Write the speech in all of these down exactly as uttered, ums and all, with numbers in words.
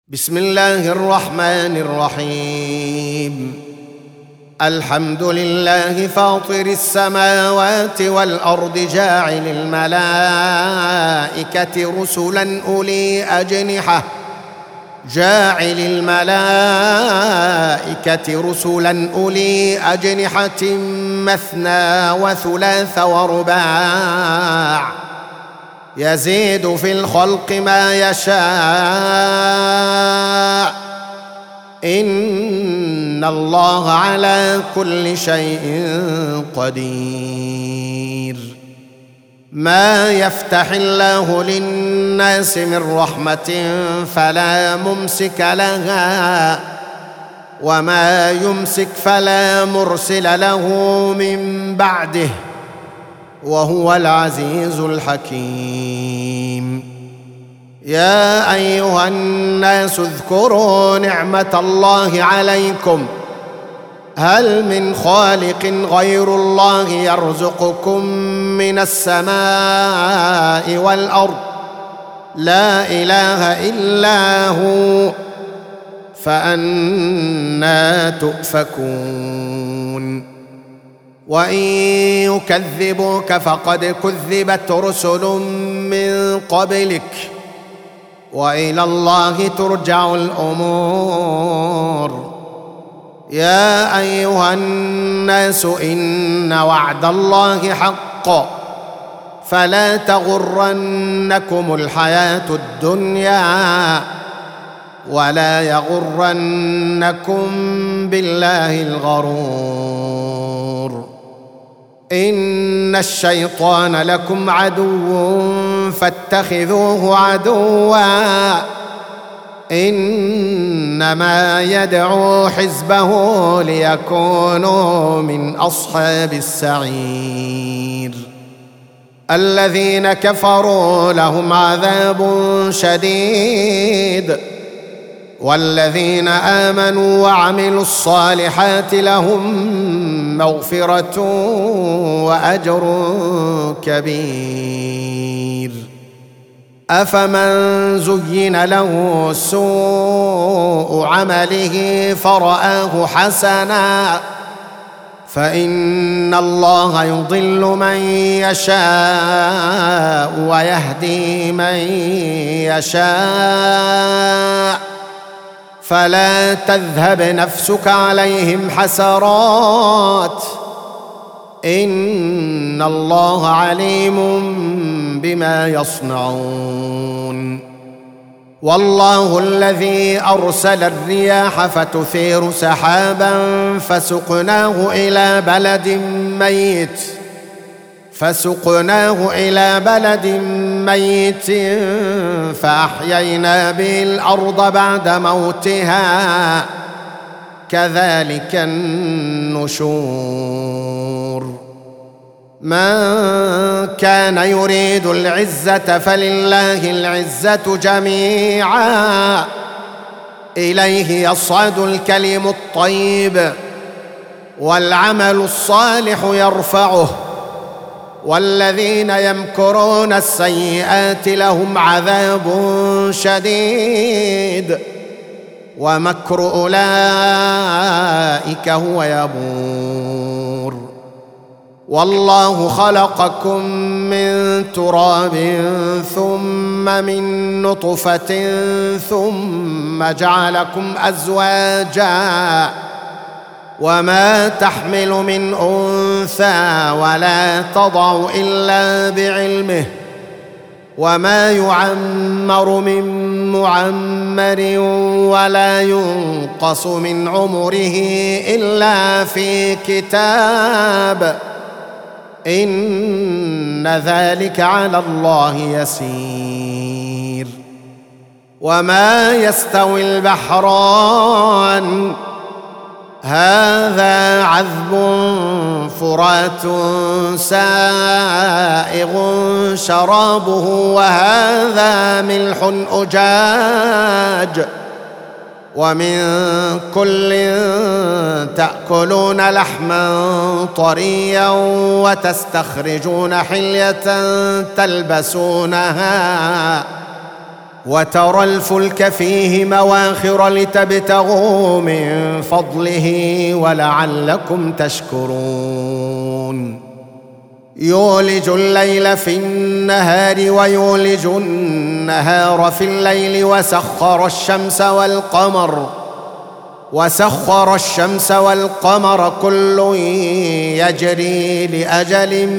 بسم الله الرحمن الرحيم. الحمد لله فاطر السماوات والأرض جاعل الملائكة رسلا أولي أجنحة جاعل الملائكة رسلا أولي أجنحة مثنى وثلاث ورباع يزيد في الخلق ما يشاء إن الله على كل شيء قدير. ما يفتح الله للناس من رحمة فلا ممسك لها وما يمسك فلا مرسل له من بعده وهو العزيز الحكيم. يا أيها الناس اذكروا نعمة الله عليكم هل من خالق غير الله يرزقكم من السماء والأرض لا إله إلا هو فأنى تؤفكون. وإن يكذبوك فقد كذبت رسل من قبلك وإلى الله ترجع الأمور. يا أيها الناس إن وعد الله حق فلا تغرنكم الحياة الدنيا ولا يغرنكم بالله الغرور. إن الشيطان لكم عدو فاتخذوه عدوا إنما يدعو حزبه ليكونوا من أصحاب السعير. الذين كفروا لهم عذاب شديد والذين آمنوا وعملوا الصالحات لهم مغفرة وأجر كبير. أفمن زين له سوء عمله فرآه حسنا فإن الله يضل من يشاء ويهدي من يشاء فلا تذهب نفسك عليهم حسرات إن الله عليم بما يصنعون. والله الذي أرسل الرياح فتثير سحابا فسقناه إلى بلد ميت فسقناه إلى بلد ميت فأحيينا به الأرض بعد موتها كذلك النشور. من كان يريد العزة فلله العزة جميعا إليه يصعد الكلم الطيب والعمل الصالح يرفعه والذين يمكرون السيئات لهم عذاب شديد ومكر أولئك هو يبور. والله خلقكم من تراب ثم من نطفة ثم جعلكم أزواجا وما تحمل من أنثى ولا تضع إلا بعلمه وما يعمر من معمر ولا ينقص من عمره إلا في كتاب إن ذلك على الله يسير. وما يستوي البحران هذا عذب فرات سائغ شرابه وهذا ملح أجاج ومن كل تأكلون لحما طريا وتستخرجون حلية تلبسونها وترى الفلك فيه مواخر لتبتغوا من فضله ولعلكم تشكرون يولج الليل في النهار ويولج النهار في الليل وسخر الشمس والقمر وسخر الشمس والقمر كل يجري لأجل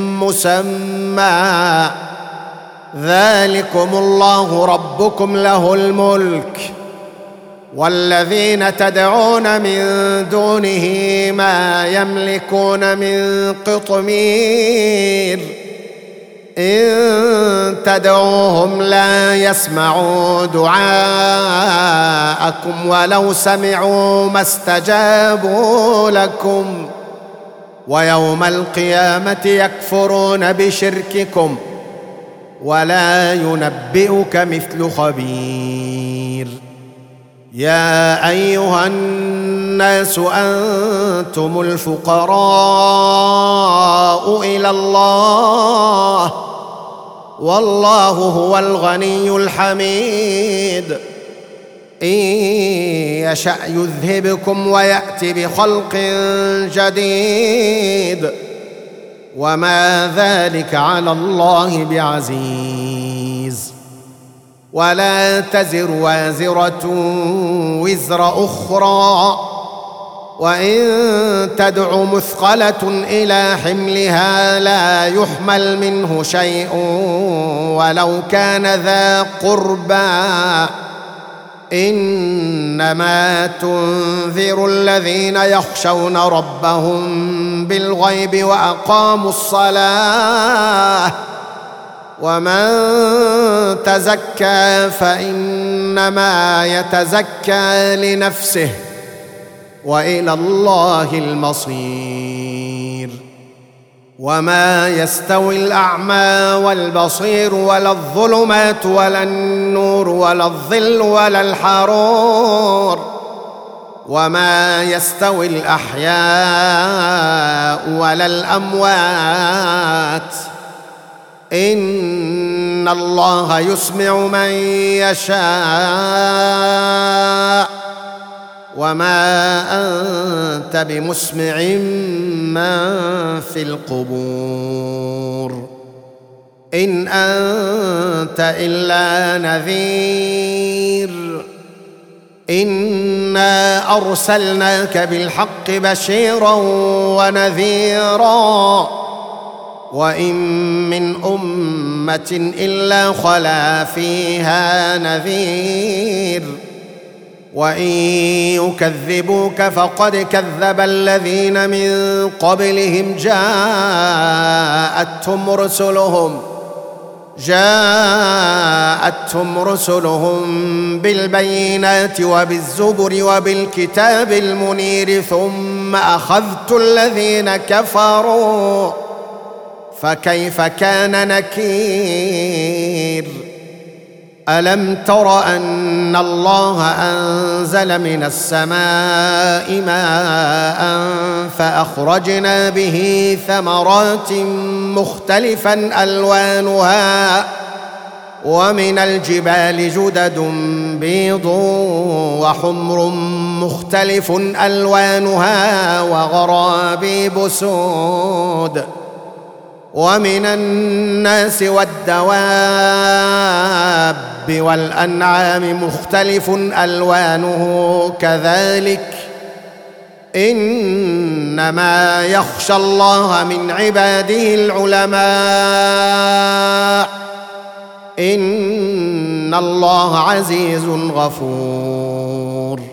مسمى ذلكم الله ربكم له الملك والذين تدعون من دونه ما يملكون من قطمير إن تدعوهم لا يسمعوا دعاءكم ولو سمعوا ما استجابوا لكم ويوم القيامة يكفرون بشرككم ولا ينبئك مثل خبير يا أيها الناس أنتم الفقراء إلى الله والله هو الغني الحميد إن يشأ يذهبكم ويأتي بخلق جديد وما ذلك على الله بعزيز ولا تزر وازرة وزر أخرى وإن تدع مثقلة إلى حملها لا يحمل منه شيء ولو كان ذا قربى إنما تنذر الذين يخشون ربهم بالغيب وأقاموا الصلاة ومن تزكى فإنما يتزكى لنفسه وإلى الله المصير وما يستوي الأعمى والبصير ولا الظلمات ولا النور ولا الظل ولا الحرور وما يستوي الأحياء ولا الأموات إن الله يسمع من يشاء وما أنت بمسمع من في القبور إن أنت إلا نذير إنا أرسلناك بالحق بشيرا ونذيرا وإن من أمة إلا خلا فيها نذير وإن يكذبوك فقد كذب الذين من قبلهم جاءتهم رسلهم جاءتهم رسلهم بالبينات وبالزبر وبالكتاب المنير ثم أخذت الذين كفروا فكيف كان نكير ألم تر أن الله أنزل من السماء ماء فأخرجنا به ثمرات مختلفا ألوانها ومن الجبال جدد بيض وحمر مختلف ألوانها وغرابيب سود ومن الناس والدواب والأنعام مختلف ألوانه كذلك إنما يخشى الله من عباده العلماء إن الله عزيز غفور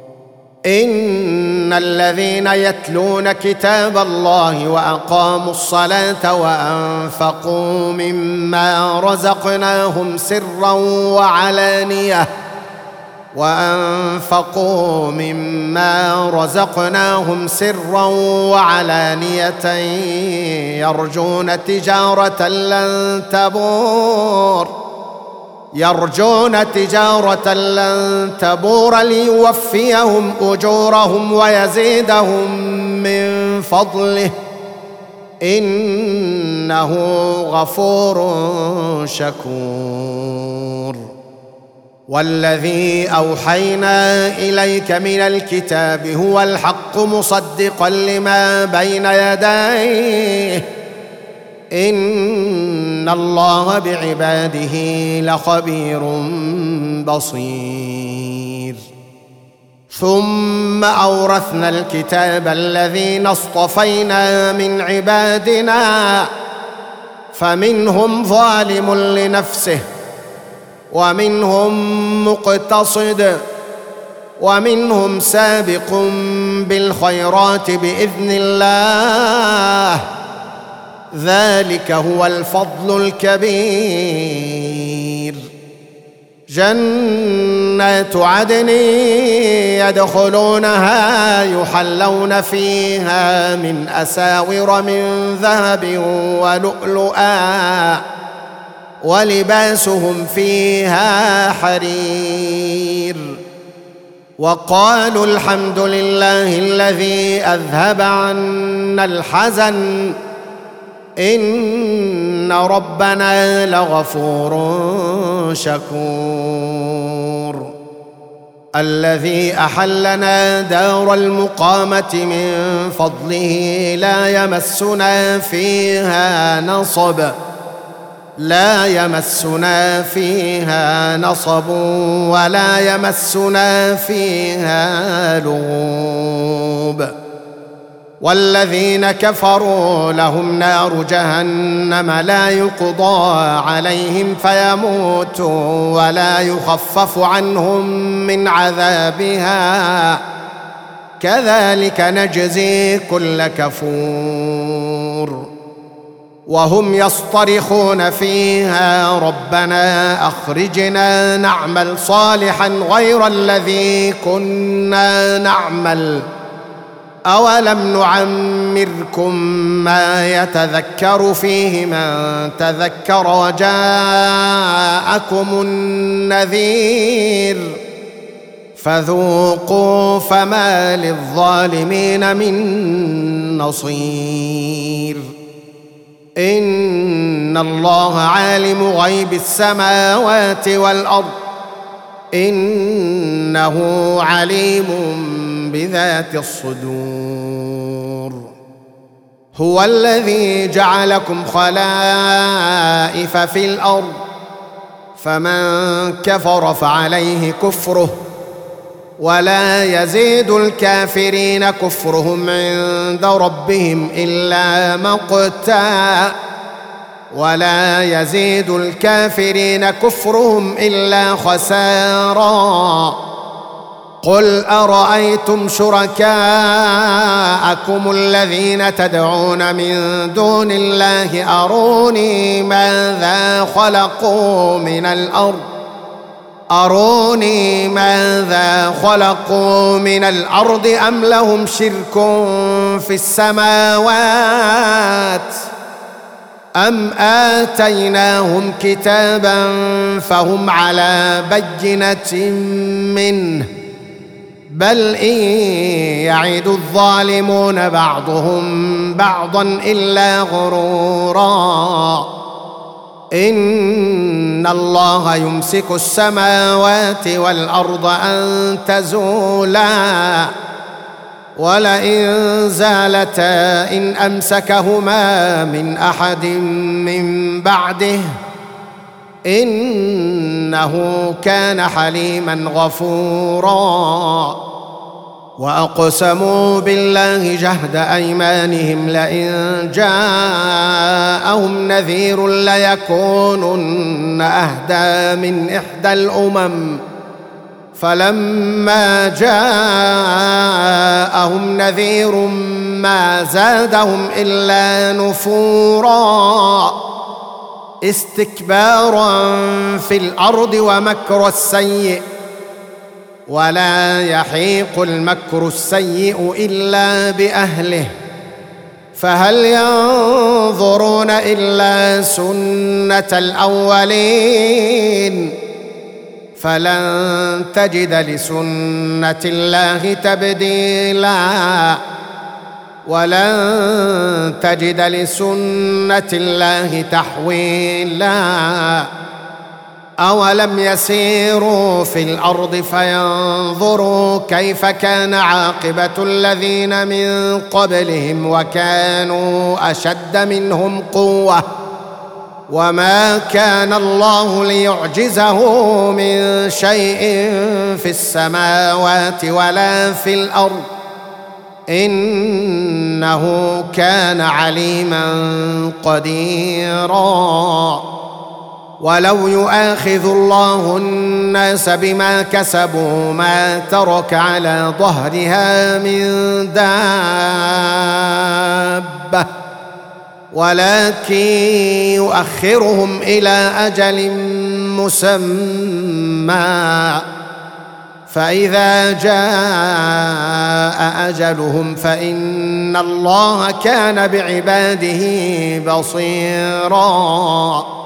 إن الذين يتلون كتاب الله وأقاموا الصلاة وأنفقوا مما رزقناهم سرا وعلانية وأنفقوا مما رزقناهم سرا وعلانية يرجون تجارة لن تبور يرجون تجارة لن تبور ليوفيهم أجورهم ويزيدهم من فضله إنه غفور شكور والذي اوحينا اليك من الكتاب هو الحق مصدقا لما بين يديه ان الله بعباده لخبير بصير. ثم اورثنا الكتاب الذين اصطفينا من عبادنا فمنهم ظالم لنفسه ومنهم مقتصد ومنهم سابق بالخيرات باذن الله ذلك هو الفضل الكبير. جنات عدن يدخلونها يحلون فيها من أساور من ذهب ولؤلؤا ولباسهم فيها حرير. وقالوا الحمد لله الذي أذهب عنا الحزن إن ربنا لغفور شكور. الذي أحلنا دار المقامة من فضله لا يمسنا فيها نصب لا يمسنا فيها نصب ولا يمسنا فيها لغوب. والذين كفروا لهم نار جهنم لا يقضى عليهم فيموتوا ولا يخفف عنهم من عذابها كذلك نجزي كل كفور. وهم يصطرخون فيها ربنا أخرجنا نعمل صالحا غير الذي كنا نعمل أولم نعمركم ما يتذكر فيه من تذكر وجاءكم النذير فذوقوا فما للظالمين من نصير. إن الله عالم غيب السماوات والأرض إنه عليم بذات الصدور. هو الذي جعلكم خلائف في الأرض فمن كفر فعليه كفره ولا يزيد الكافرين كفرهم عند ربهم إلا مقتا ولا يزيد الكافرين كفرهم إلا خسارا. قل أرأيتم شركاءكم الذين تدعون من دون الله أروني ماذا خلقوا من الأرض أروني ماذا خلقوا من الأرض أم لهم شرك في السماوات أم آتيناهم كتابا فهم على بينة منه بل إن يعد الظالمون بعضهم بعضا إلا غرورا. إن الله يمسك السماوات والأرض أن تزولا ولئن زالتا إن أمسكهما من أحد من بعده إنه كان حليما غفورا. وأقسموا بالله جهد أيمانهم لئن جاءهم نذير ليكونن أهدى من إحدى الأمم فلما جاءهم نذير ما زادهم إلا نفورا استكبارا في الأرض ومكر السيء ولا يحيق المكر السيء إلا بأهله فهل ينظرون إلا سنة الأولين فلن تجد لسنة الله تبديلا ولن تجد لسنة الله تحويلا. أولم يسيروا في الأرض فينظروا كيف كان عاقبة الذين من قبلهم وكانوا أشد منهم قوة وما كان الله ليعجزه من شيء في السماوات ولا في الأرض إنه كان عليما قديرا. ولو يؤاخذ الله الناس بما كسبوا ما ترك على ظهرها من دابة ولكن يؤخرهم إلى أجل مسمى فإذا جاء أجلهم فإن الله كان بعباده بصيراً.